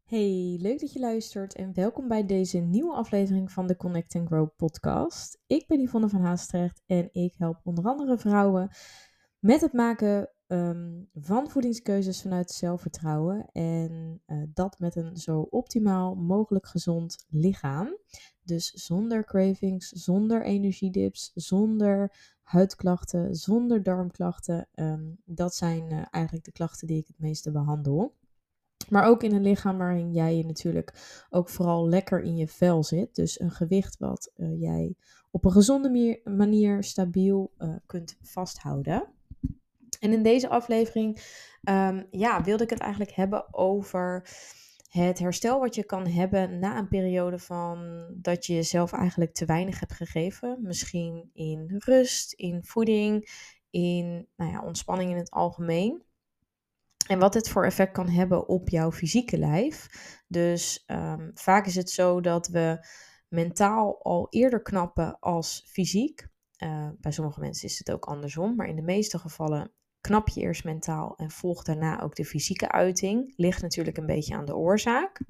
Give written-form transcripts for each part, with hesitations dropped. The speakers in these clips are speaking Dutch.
Hey, leuk dat je luistert en welkom bij deze nieuwe aflevering van de Connect and Grow podcast. Ik ben Yvonne van Haastrecht en ik help onder andere vrouwen met het maken van voedingskeuzes vanuit zelfvertrouwen en dat met een zo optimaal mogelijk gezond lichaam. Dus zonder cravings, zonder energiedips, zonder huidklachten, zonder darmklachten. Dat zijn eigenlijk de klachten die ik het meeste behandel. Maar ook in een lichaam waarin jij je natuurlijk ook vooral lekker in je vel zit. Dus een gewicht wat jij op een gezonde manier stabiel kunt vasthouden. En in deze aflevering wilde ik het eigenlijk hebben over het herstel wat je kan hebben na een periode van dat je jezelf eigenlijk te weinig hebt gegeven. Misschien in rust, in voeding, in ontspanning in het algemeen. En wat dit voor effect kan hebben op jouw fysieke lijf. Dus vaak is het zo dat we mentaal al eerder knappen als fysiek. Bij sommige mensen is het ook andersom. Maar in de meeste gevallen knap je eerst mentaal en volgt daarna ook de fysieke uiting. Ligt natuurlijk een beetje aan de oorzaak.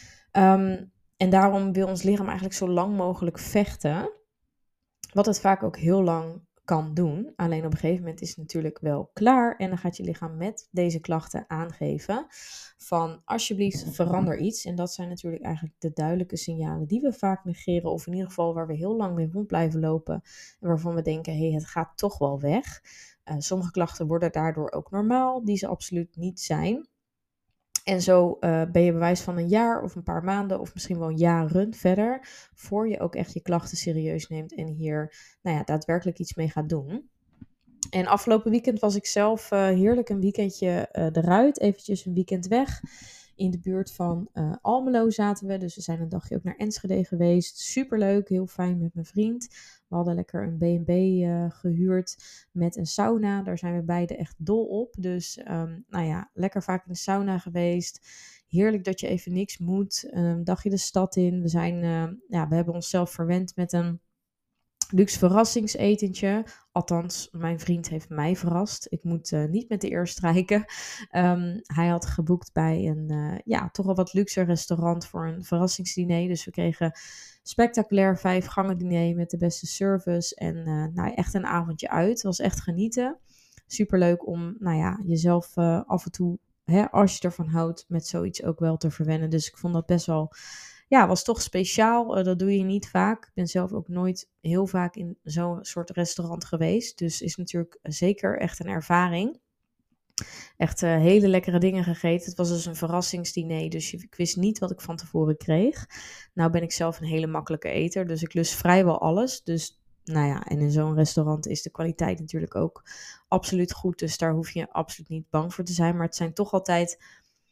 En daarom wil ons lichaam eigenlijk zo lang mogelijk vechten. Wat het vaak ook heel lang kan doen. Alleen op een gegeven moment is het natuurlijk wel klaar. En dan gaat je lichaam met deze klachten aangeven van alsjeblieft verander iets. En dat zijn natuurlijk eigenlijk de duidelijke signalen die we vaak negeren. Of in ieder geval waar we heel lang mee rond blijven lopen. En waarvan we denken, hé, het gaat toch wel weg. Sommige klachten worden daardoor ook normaal, die ze absoluut niet zijn. En zo ben je bewijs van een jaar of een paar maanden of misschien wel jaren verder, voor je ook echt je klachten serieus neemt en hier daadwerkelijk iets mee gaat doen. En afgelopen weekend was ik zelf heerlijk een weekendje eruit, eventjes een weekend weg. In de buurt van Almelo zaten we, dus we zijn een dagje ook naar Enschede geweest. Superleuk, heel fijn met mijn vriend. We hadden lekker een B&B gehuurd met een sauna. Daar zijn we beide echt dol op. Dus lekker vaak in de sauna geweest. Heerlijk dat je even niks moet. Een dagje de stad in. We hebben onszelf verwend met een luxe verrassingsetentje. Althans, mijn vriend heeft mij verrast. Ik moet niet met de eer strijken. Hij had geboekt bij een toch wel wat luxe restaurant voor een verrassingsdiner. Dus we kregen spectaculair 5 gangen diner met de beste service. En echt een avondje uit. Het was echt genieten. Superleuk om jezelf af en toe, als je ervan houdt, met zoiets ook wel te verwennen. Dus ik vond dat best wel, was toch speciaal. Dat doe je niet vaak. Ik ben zelf ook nooit heel vaak in zo'n soort restaurant geweest. Dus is natuurlijk zeker echt een ervaring. Echt hele lekkere dingen gegeten. Het was dus een verrassingsdiner, dus ik wist niet wat ik van tevoren kreeg. Nou ben ik zelf een hele makkelijke eter, dus ik lust vrijwel alles. Dus en in zo'n restaurant is de kwaliteit natuurlijk ook absoluut goed. Dus daar hoef je absoluut niet bang voor te zijn. Maar het zijn toch altijd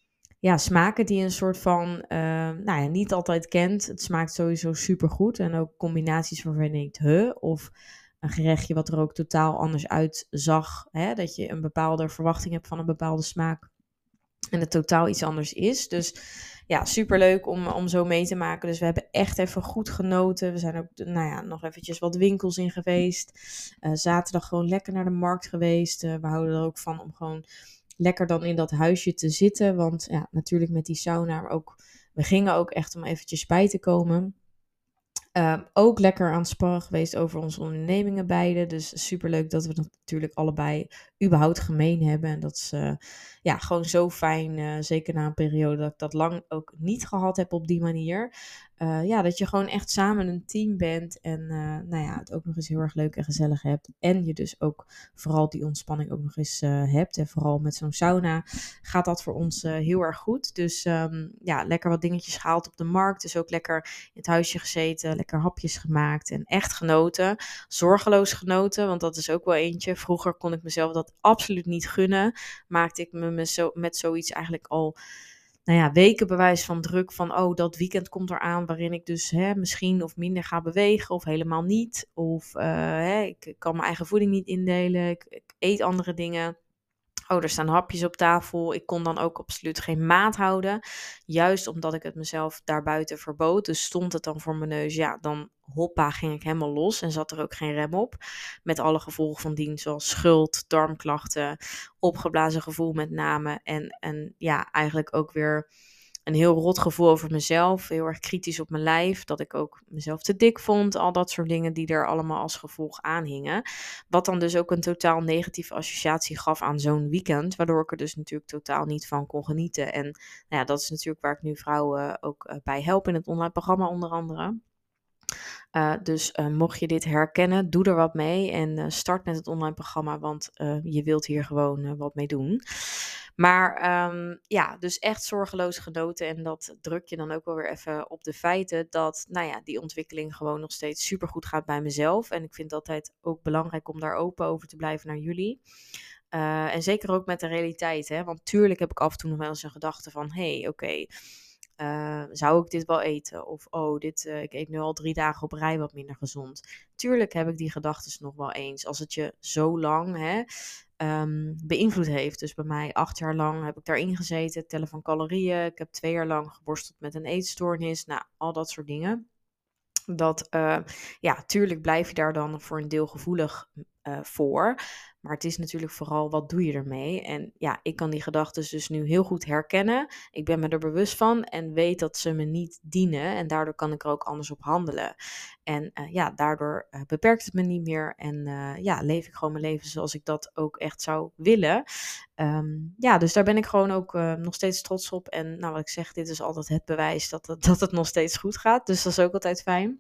smaken die je een soort van, niet altijd kent. Het smaakt sowieso supergoed. En ook combinaties waarvan je denkt, of een gerechtje wat er ook totaal anders uitzag. Dat je een bepaalde verwachting hebt van een bepaalde smaak. En het totaal iets anders is. Dus ja, superleuk om zo mee te maken. Dus we hebben echt even goed genoten. We zijn ook nog eventjes wat winkels in geweest. Zaterdag gewoon lekker naar de markt geweest. We houden er ook van om gewoon lekker dan in dat huisje te zitten. Want ja, natuurlijk met die sauna, maar ook, we gingen ook echt om eventjes bij te komen. Ook lekker aan het sparren geweest over onze ondernemingen beide. Dus superleuk dat we dat natuurlijk allebei überhaupt gemeen hebben. En dat is gewoon zo fijn. Zeker na een periode dat ik dat lang ook niet gehad heb op die manier. Dat je gewoon echt samen een team bent. En het ook nog eens heel erg leuk en gezellig hebt. En je dus ook vooral die ontspanning ook nog eens hebt. En vooral met zo'n sauna gaat dat voor ons heel erg goed. Dus lekker wat dingetjes gehaald op de markt. Dus ook lekker in het huisje gezeten. Lekker hapjes gemaakt en echt genoten. Zorgeloos genoten, want dat is ook wel eentje. Vroeger kon ik mezelf dat absoluut niet gunnen. Maakte ik me met zoiets eigenlijk al weken bewijs van druk van, dat weekend komt eraan waarin ik dus misschien of minder ga bewegen of helemaal niet. Of ik kan mijn eigen voeding niet indelen. Ik eet andere dingen. Er staan hapjes op tafel. Ik kon dan ook absoluut geen maat houden. Juist omdat ik het mezelf daarbuiten verbood. Dus stond het dan voor mijn neus. Ja, dan hoppa ging ik helemaal los. En zat er ook geen rem op. Met alle gevolgen van dien. Zoals schuld, darmklachten, opgeblazen gevoel met name. En eigenlijk ook weer een heel rot gevoel over mezelf. Heel erg kritisch op mijn lijf. Dat ik ook mezelf te dik vond. Al dat soort dingen die er allemaal als gevolg aan hingen. Wat dan dus ook een totaal negatieve associatie gaf aan zo'n weekend. Waardoor ik er dus natuurlijk totaal niet van kon genieten. En nou ja, dat is natuurlijk waar ik nu vrouwen ook bij help in het online programma onder andere. Dus mocht je dit herkennen, doe er wat mee en start met het online programma, want je wilt hier gewoon wat mee doen. Maar ja, dus echt zorgeloos genoten en dat druk je dan ook wel weer even op de feiten dat, nou ja, die ontwikkeling gewoon nog steeds supergoed gaat bij mezelf. En ik vind het altijd ook belangrijk om daar open over te blijven naar jullie. En zeker ook met de realiteit, hè? Want tuurlijk heb ik af en toe nog wel eens een gedachte van, oké, zou ik dit wel eten? Of ik eet nu al 3 dagen op rij wat minder gezond. Tuurlijk heb ik die gedachten nog wel eens. Als het je zo lang beïnvloed heeft. Dus bij mij 8 jaar lang heb ik daarin gezeten. Tellen van calorieën. Ik heb 2 jaar lang geworsteld met een eetstoornis. Nou, al dat soort dingen. Ja, tuurlijk blijf je daar dan voor een deel gevoelig voor. Maar het is natuurlijk vooral, wat doe je ermee? En ja, ik kan die gedachten dus nu heel goed herkennen. Ik ben me er bewust van en weet dat ze me niet dienen. En daardoor kan ik er ook anders op handelen. En ja, daardoor beperkt het me niet meer. En ja, leef ik gewoon mijn leven zoals ik dat ook echt zou willen. Ja, dus daar ben ik gewoon ook nog steeds trots op. En nou, wat ik zeg, dit is altijd het bewijs dat het nog steeds goed gaat. Dus dat is ook altijd fijn.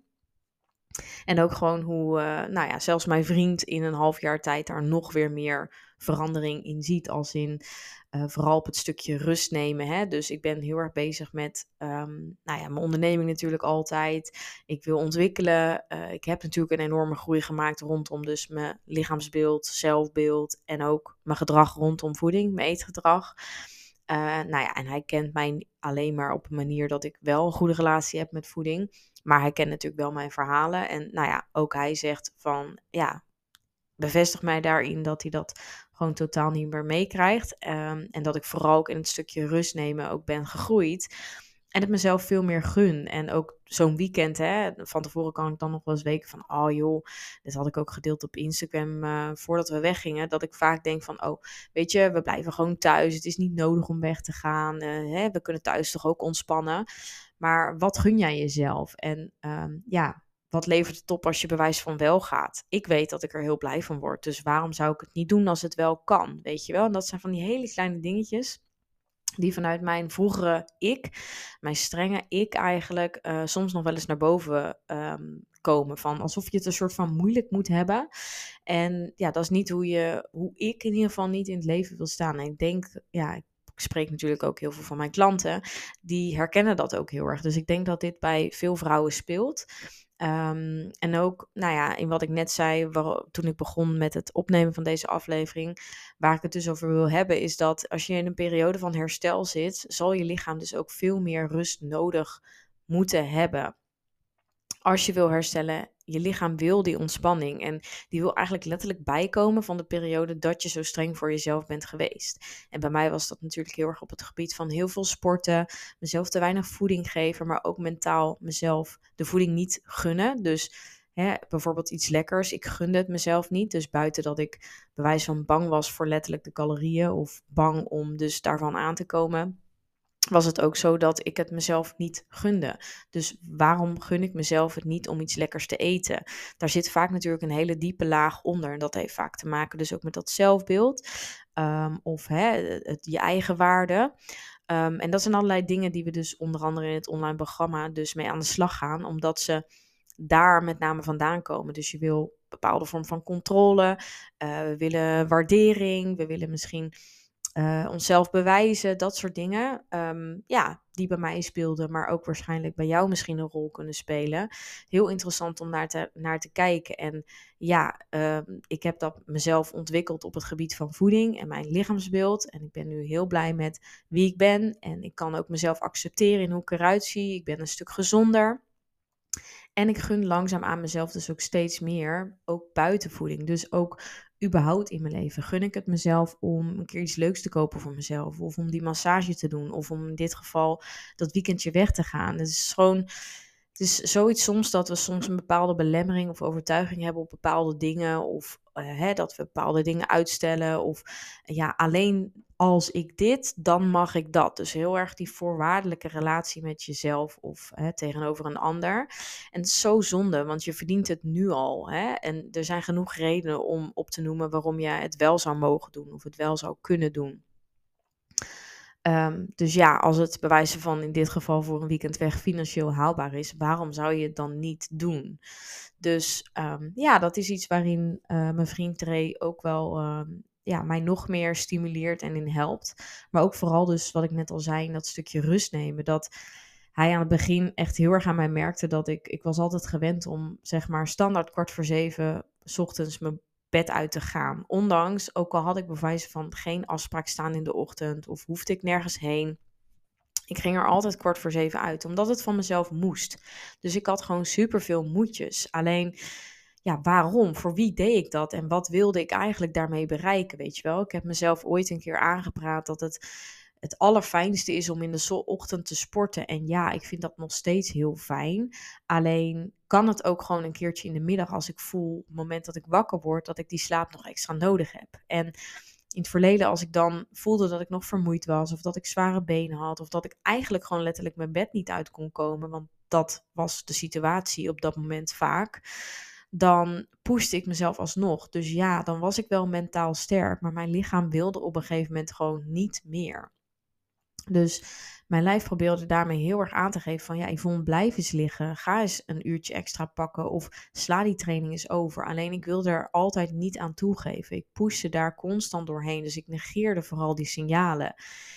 En ook gewoon hoe, nou ja, zelfs mijn vriend in een half jaar tijd daar nog weer meer verandering in ziet. Als in vooral op het stukje rust nemen. Hè? Dus ik ben heel erg bezig met nou ja, mijn onderneming natuurlijk altijd. Ik wil ontwikkelen. Ik heb natuurlijk een enorme groei gemaakt rondom dus mijn lichaamsbeeld, zelfbeeld en ook mijn gedrag rondom voeding, mijn eetgedrag. Nou ja, en hij kent mij alleen maar op een manier dat ik wel een goede relatie heb met voeding. Maar hij kent natuurlijk wel mijn verhalen. En nou ja, ook hij zegt van, ja, bevestigt mij daarin dat hij dat gewoon totaal niet meer meekrijgt. En dat ik vooral ook in het stukje rust nemen ook ben gegroeid. En het mezelf veel meer gun. En ook zo'n weekend, hè, van tevoren kan ik dan nog wel eens weken van, oh joh, dit had ik ook gedeeld op Instagram voordat we weggingen. Dat ik vaak denk van, oh, weet je, we blijven gewoon thuis. Het is niet nodig om weg te gaan. Hè, we kunnen thuis toch ook ontspannen. Maar wat gun jij jezelf? En ja, wat levert het op als je bewijs van wel gaat? Ik weet dat ik er heel blij van word. Dus waarom zou ik het niet doen als het wel kan? Weet je wel? En dat zijn van die hele kleine dingetjes die vanuit mijn vroegere ik, mijn strenge ik eigenlijk, soms nog wel eens naar boven komen. Van alsof je het een soort van moeilijk moet hebben. En ja, dat is niet hoe ik in ieder geval niet in het leven wil staan. En ik denk, ja, ik spreek natuurlijk ook heel veel van mijn klanten, die herkennen dat ook heel erg. Dus ik denk dat dit bij veel vrouwen speelt. En ook, nou ja, in wat ik net zei, toen ik begon met het opnemen van deze aflevering, waar ik het dus over wil hebben, is dat als je in een periode van herstel zit, zal je lichaam dus ook veel meer rust nodig moeten hebben. Als je wil herstellen, je lichaam wil die ontspanning en die wil eigenlijk letterlijk bijkomen van de periode dat je zo streng voor jezelf bent geweest. En bij mij was dat natuurlijk heel erg op het gebied van heel veel sporten, mezelf te weinig voeding geven, maar ook mentaal mezelf de voeding niet gunnen. Dus bijvoorbeeld iets lekkers, ik gunde het mezelf niet. Dus buiten dat ik bij wijze van bang was voor letterlijk de calorieën of bang om dus daarvan aan te komen, was het ook zo dat ik het mezelf niet gunde. Dus waarom gun ik mezelf het niet om iets lekkers te eten? Daar zit vaak natuurlijk een hele diepe laag onder. En dat heeft vaak te maken dus ook met dat zelfbeeld. Of je eigen waarde. En dat zijn allerlei dingen die we dus onder andere in het online programma dus mee aan de slag gaan. Omdat ze daar met name vandaan komen. Dus je wil een bepaalde vorm van controle. We willen waardering. We willen misschien onszelf bewijzen, dat soort dingen. Ja, die bij mij speelden, maar ook waarschijnlijk bij jou misschien een rol kunnen spelen. Heel interessant om naar te kijken. En ja, ik heb dat mezelf ontwikkeld op het gebied van voeding en mijn lichaamsbeeld. En ik ben nu heel blij met wie ik ben. En ik kan ook mezelf accepteren in hoe ik eruit zie. Ik ben een stuk gezonder. En ik gun langzaam aan mezelf dus ook steeds meer, ook buiten voeding. Dus ook überhaupt in mijn leven gun ik het mezelf om een keer iets leuks te kopen voor mezelf. Of om die massage te doen. Of om in dit geval dat weekendje weg te gaan. Het is gewoon, Het is zoiets soms dat we soms een bepaalde belemmering of overtuiging hebben op bepaalde dingen. Of dat we bepaalde dingen uitstellen. Of ja, alleen als ik dit, dan mag ik dat. Dus heel erg die voorwaardelijke relatie met jezelf of tegenover een ander. En het is zo zonde, want je verdient het nu al. En er zijn genoeg redenen om op te noemen waarom je het wel zou mogen doen. Of het wel zou kunnen doen. Dus ja, als het bij wijze van in dit geval voor een weekend weg financieel haalbaar is, waarom zou je het dan niet doen? Dus ja, dat is iets waarin mijn vriend Ray ook wel mij nog meer stimuleert en in helpt. Maar ook vooral dus wat ik net al zei, in dat stukje rust nemen. Dat hij aan het begin echt heel erg aan mij merkte dat ik was altijd gewend om zeg maar standaard 6:45 's ochtends mijn bed uit te gaan. Ondanks, ook al had ik bewijzen van geen afspraak staan in de ochtend of hoefde ik nergens heen. Ik ging er altijd 6:45 uit, omdat het van mezelf moest. Dus ik had gewoon superveel moedjes. Alleen, ja, waarom? Voor wie deed ik dat? En wat wilde ik eigenlijk daarmee bereiken, weet je wel? Ik heb mezelf ooit een keer aangepraat dat het allerfijnste is om in de ochtend te sporten. En ja, ik vind dat nog steeds heel fijn. Alleen kan het ook gewoon een keertje in de middag als ik voel, op het moment dat ik wakker word, dat ik die slaap nog extra nodig heb. En in het verleden, als ik dan voelde dat ik nog vermoeid was, of dat ik zware benen had, of dat ik eigenlijk gewoon letterlijk mijn bed niet uit kon komen, want dat was de situatie op dat moment vaak, dan pushte ik mezelf alsnog. Dus ja, dan was ik wel mentaal sterk, maar mijn lichaam wilde op een gegeven moment gewoon niet meer. Dus mijn lijf probeerde daarmee heel erg aan te geven van ja, Yvonne, blijf eens liggen. Ga eens een uurtje extra pakken of sla die training eens over. Alleen ik wilde er altijd niet aan toegeven. Ik pushte daar constant doorheen. Dus ik negeerde vooral die signalen.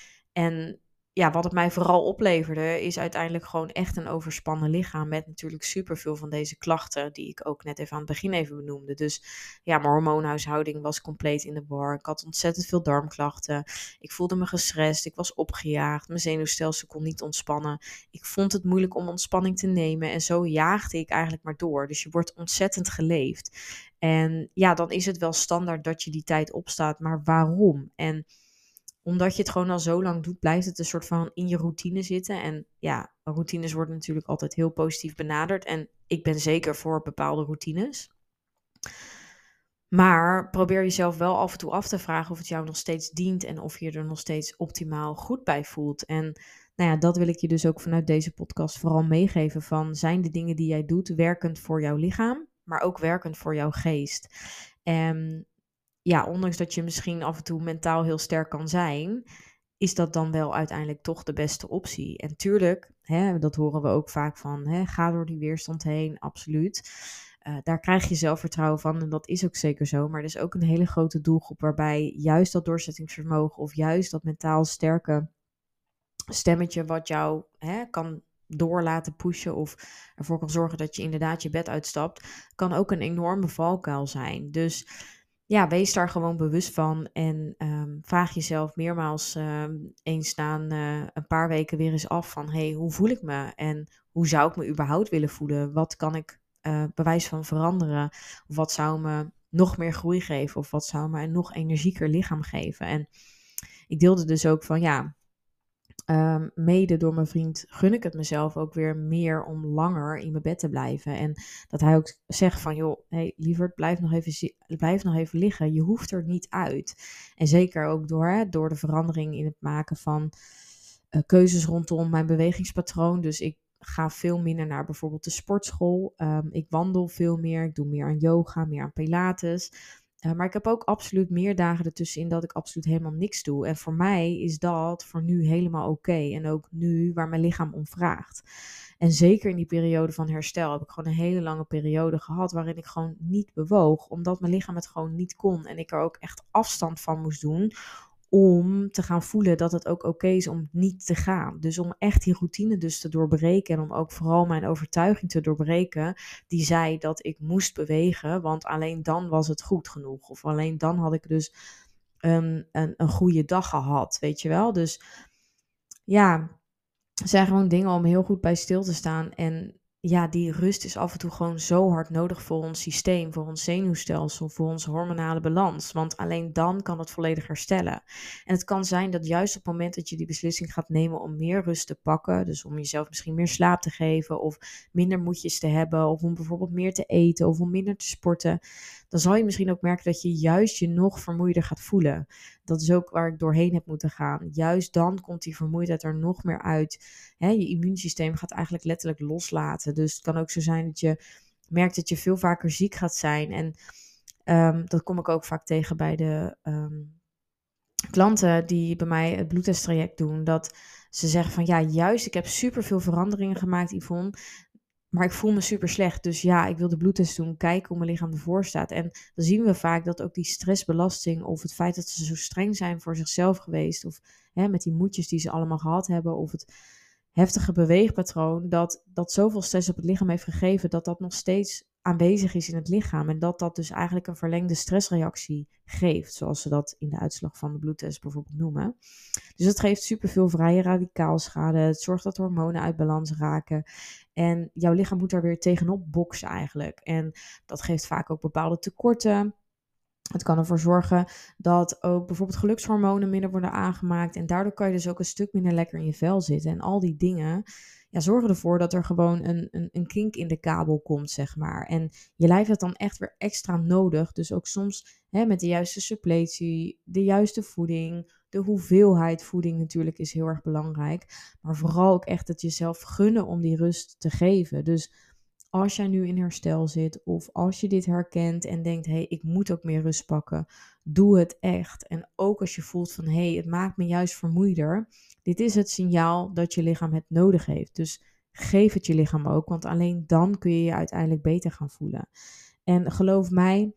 En ja, wat het mij vooral opleverde is uiteindelijk gewoon echt een overspannen lichaam met natuurlijk superveel van deze klachten die ik ook net even aan het begin even benoemde. Dus ja, mijn hormoonhuishouding was compleet in de war. Ik had ontzettend veel darmklachten. Ik voelde me gestrest, ik was opgejaagd, mijn zenuwstelsel kon niet ontspannen. Ik vond het moeilijk om ontspanning te nemen en zo jaagde ik eigenlijk maar door. Dus je wordt ontzettend geleefd. En ja, dan is het wel standaard dat je die tijd opstaat, maar waarom? En omdat je het gewoon al zo lang doet, blijft het een soort van in je routine zitten. En ja, routines worden natuurlijk altijd heel positief benaderd. En ik ben zeker voor bepaalde routines. Maar probeer jezelf wel af en toe af te vragen of het jou nog steeds dient en of je er nog steeds optimaal goed bij voelt. En nou ja, dat wil ik je dus ook vanuit deze podcast vooral meegeven van, zijn de dingen die jij doet werkend voor jouw lichaam, maar ook werkend voor jouw geest? En ja, ondanks dat je misschien af en toe mentaal heel sterk kan zijn, is dat dan wel uiteindelijk toch de beste optie. En tuurlijk, dat horen we ook vaak van, ga door die weerstand heen, absoluut. Daar krijg je zelfvertrouwen van en dat is ook zeker zo. Maar er is ook een hele grote doelgroep waarbij juist dat doorzettingsvermogen of juist dat mentaal sterke stemmetje wat jou kan door laten pushen of ervoor kan zorgen dat je inderdaad je bed uitstapt, kan ook een enorme valkuil zijn. Dus ja, wees daar gewoon bewust van en vraag jezelf meermaals eens na een paar weken weer eens af van, hey, hoe voel ik me en hoe zou ik me überhaupt willen voelen? Wat kan ik bewijs van veranderen? Of wat zou me nog meer groei geven? Of wat zou me een nog energieker lichaam geven? En ik deelde dus ook van ja, mede door mijn vriend gun ik het mezelf ook weer meer om langer in mijn bed te blijven. En dat hij ook zegt van, joh, hey, lieverd, blijf nog even liggen. Je hoeft er niet uit. En zeker ook door de verandering in het maken van keuzes rondom mijn bewegingspatroon. Dus ik ga veel minder naar bijvoorbeeld de sportschool. Ik wandel veel meer. Ik doe meer aan yoga, meer aan pilates. Maar ik heb ook absoluut meer dagen ertussenin dat ik absoluut helemaal niks doe. En voor mij is dat voor nu helemaal oké. En ook nu waar mijn lichaam om vraagt. En zeker in die periode van herstel heb ik gewoon een hele lange periode gehad waarin ik gewoon niet bewoog. Omdat mijn lichaam het gewoon niet kon. En ik er ook echt afstand van moest doen om te gaan voelen dat het ook oké is om niet te gaan. Dus om echt die routine dus te doorbreken en om ook vooral mijn overtuiging te doorbreken die zei dat ik moest bewegen, want alleen dan was het goed genoeg. Of alleen dan had ik dus een goede dag gehad, weet je wel. Dus ja, het zijn gewoon dingen om heel goed bij stil te staan en ja, die rust is af en toe gewoon zo hard nodig voor ons systeem, voor ons zenuwstelsel, voor onze hormonale balans. Want alleen dan kan het volledig herstellen. En het kan zijn dat juist op het moment dat je die beslissing gaat nemen om meer rust te pakken, dus om jezelf misschien meer slaap te geven of minder moedjes te hebben of om bijvoorbeeld meer te eten of om minder te sporten, dan zal je misschien ook merken dat je juist je nog vermoeider gaat voelen. Dat is ook waar ik doorheen heb moeten gaan. Juist dan komt die vermoeidheid er nog meer uit. Je immuunsysteem gaat eigenlijk letterlijk loslaten. Dus het kan ook zo zijn dat je merkt dat je veel vaker ziek gaat zijn. En dat kom ik ook vaak tegen bij de klanten die bij mij het bloedtesttraject doen. Dat ze zeggen van ja, juist ik heb superveel veranderingen gemaakt, Yvonne. Maar ik voel me super slecht. Dus ja, ik wil de bloedtest doen. Kijken hoe mijn lichaam ervoor staat. En dan zien we vaak dat ook die stressbelasting of het feit dat ze zo streng zijn voor zichzelf geweest. Of met die moedjes die ze allemaal gehad hebben. Of het heftige beweegpatroon. Dat zoveel stress op het lichaam heeft gegeven. Dat nog steeds aanwezig is in het lichaam. En dat dus eigenlijk een verlengde stressreactie geeft. Zoals ze dat in de uitslag van de bloedtest bijvoorbeeld noemen. Dus dat geeft superveel vrije radicaalschade. Het zorgt dat hormonen uit balans raken. En jouw lichaam moet daar weer tegenop boksen eigenlijk. En dat geeft vaak ook bepaalde tekorten. Het kan ervoor zorgen dat ook bijvoorbeeld gelukshormonen minder worden aangemaakt. En daardoor kan je dus ook een stuk minder lekker in je vel zitten. En al die dingen zorgen ervoor dat er gewoon een kink in de kabel komt, zeg maar. En je lijf heeft dan echt weer extra nodig. Dus ook soms met de juiste suppletie, de juiste voeding, de hoeveelheid voeding natuurlijk is heel erg belangrijk. Maar vooral ook echt het jezelf gunnen om die rust te geven. Dus als jij nu in herstel zit of als je dit herkent en denkt, ik moet ook meer rust pakken, doe het echt. En ook als je voelt van, het maakt me juist vermoeider. Dit is het signaal dat je lichaam het nodig heeft. Dus geef het je lichaam ook, want alleen dan kun je je uiteindelijk beter gaan voelen. En geloof mij,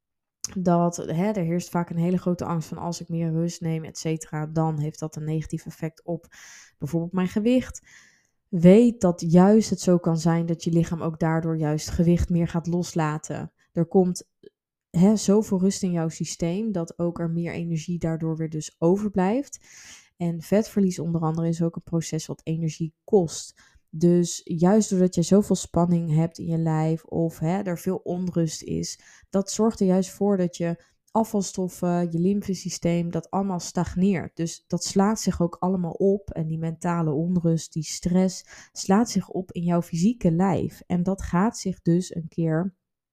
dat er heerst vaak een hele grote angst van als ik meer rust neem, et cetera, dan heeft dat een negatief effect op bijvoorbeeld mijn gewicht. Weet dat juist het zo kan zijn dat je lichaam ook daardoor juist gewicht meer gaat loslaten. Er komt zoveel rust in jouw systeem dat ook er meer energie daardoor weer dus overblijft. En vetverlies onder andere is ook een proces wat energie kost. Dus juist doordat je zoveel spanning hebt in je lijf of er veel onrust is, dat zorgt er juist voor dat je afvalstoffen, je lymfesysteem, dat allemaal stagneert. Dus dat slaat zich ook allemaal op en die mentale onrust, die stress, slaat zich op in jouw fysieke lijf. En dat gaat zich dus een keer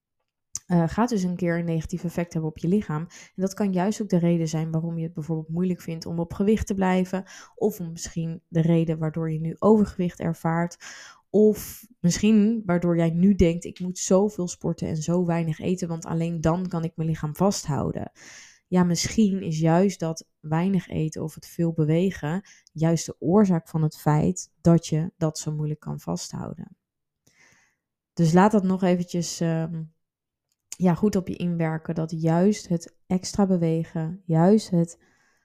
een negatief effect hebben op je lichaam. En dat kan juist ook de reden zijn waarom je het bijvoorbeeld moeilijk vindt om op gewicht te blijven. Of misschien de reden waardoor je nu overgewicht ervaart. Of misschien waardoor jij nu denkt, ik moet zoveel sporten en zo weinig eten, want alleen dan kan ik mijn lichaam vasthouden. Ja, misschien is juist dat weinig eten of het veel bewegen juist de oorzaak van het feit dat je dat zo moeilijk kan vasthouden. Dus laat dat nog eventjes goed op je inwerken, dat juist het extra bewegen, juist het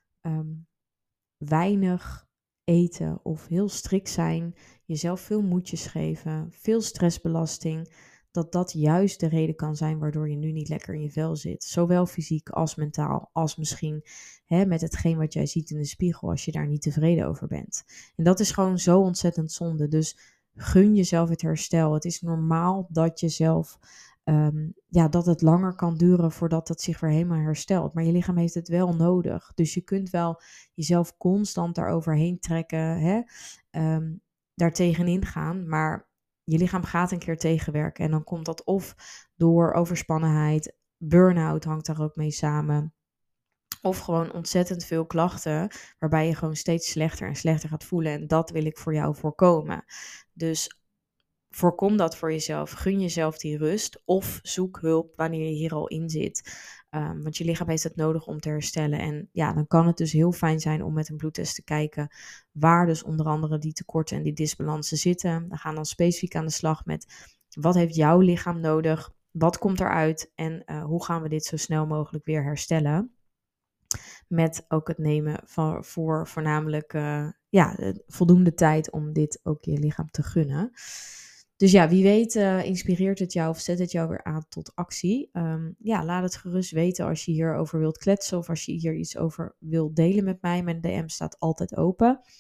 weinig eten of heel strikt zijn, jezelf veel moedjes geven, veel stressbelasting, dat juist de reden kan zijn waardoor je nu niet lekker in je vel zit. Zowel fysiek als mentaal, als misschien met hetgeen wat jij ziet in de spiegel als je daar niet tevreden over bent. En dat is gewoon zo ontzettend zonde. Dus gun jezelf het herstel. Het is normaal dat je zelf dat het langer kan duren voordat het zich weer helemaal herstelt. Maar je lichaam heeft het wel nodig. Dus je kunt wel jezelf constant daaroverheen trekken, daar tegenin gaan. Maar je lichaam gaat een keer tegenwerken. En dan komt dat of door overspannenheid, burn-out hangt daar ook mee samen. Of gewoon ontzettend veel klachten, waarbij je gewoon steeds slechter en slechter gaat voelen. En dat wil ik voor jou voorkomen. Dus voorkom dat voor jezelf. Gun jezelf die rust of zoek hulp wanneer je hier al in zit. Want je lichaam heeft het nodig om te herstellen. En ja, dan kan het dus heel fijn zijn om met een bloedtest te kijken waar dus onder andere die tekorten en die disbalansen zitten. We gaan dan specifiek aan de slag met wat heeft jouw lichaam nodig? Wat komt eruit? En hoe gaan we dit zo snel mogelijk weer herstellen? Met ook het nemen voor voornamelijk voldoende tijd om dit ook je lichaam te gunnen. Dus ja, wie weet inspireert het jou of zet het jou weer aan tot actie. Laat het gerust weten als je hierover wilt kletsen of als je hier iets over wilt delen met mij. Mijn DM staat altijd open.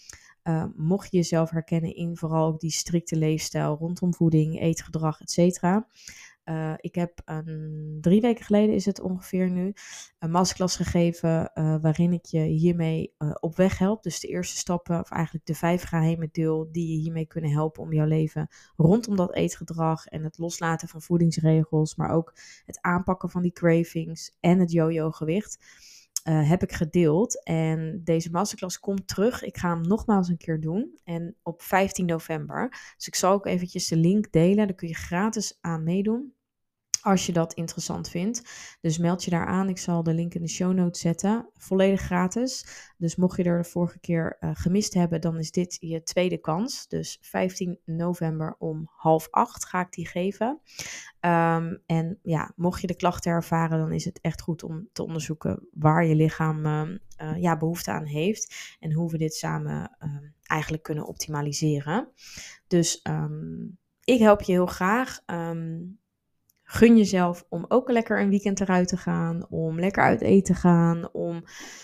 Mocht je jezelf herkennen in vooral ook die strikte leefstijl rondom voeding, eetgedrag, etc. Ik heb 3 weken geleden is het ongeveer nu een masterclass gegeven waarin ik je hiermee op weg help. Dus de eerste stappen, of eigenlijk de 5 geheimen deel die je hiermee kunnen helpen om jouw leven rondom dat eetgedrag en het loslaten van voedingsregels, maar ook het aanpakken van die cravings en het yo-yo gewicht, heb ik gedeeld. En deze masterclass komt terug. Ik ga hem nogmaals een keer doen. En op 15 november. Dus ik zal ook eventjes de link delen. Daar kun je gratis aan meedoen. Als je dat interessant vindt. Dus meld je daar aan. Ik zal de link in de show notes zetten. Volledig gratis. Dus mocht je er de vorige keer gemist hebben, dan is dit je tweede kans. Dus 15 november om 7:30 ga ik die geven. En ja, mocht je de klachten ervaren, dan is het echt goed om te onderzoeken waar je lichaam behoefte aan heeft. En hoe we dit samen eigenlijk kunnen optimaliseren. Dus ik help je heel graag. Gun jezelf om ook lekker een weekend eruit te gaan, om lekker uit eten te gaan, om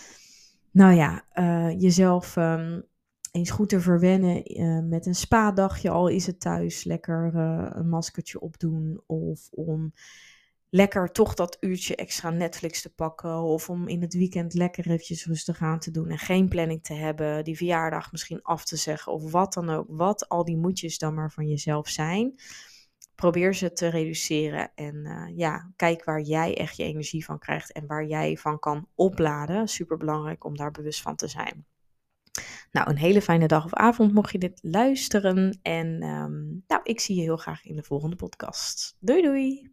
jezelf eens goed te verwennen met een spa-dagje, al is het thuis, lekker een maskertje opdoen of om lekker toch dat uurtje extra Netflix te pakken of om in het weekend lekker eventjes rustig aan te doen en geen planning te hebben, die verjaardag misschien af te zeggen of wat dan ook, wat al die moedjes dan maar van jezelf zijn. Probeer ze te reduceren en kijk waar jij echt je energie van krijgt en waar jij van kan opladen. Super belangrijk om daar bewust van te zijn. Nou, een hele fijne dag of avond mocht je dit luisteren en ik zie je heel graag in de volgende podcast. Doei doei!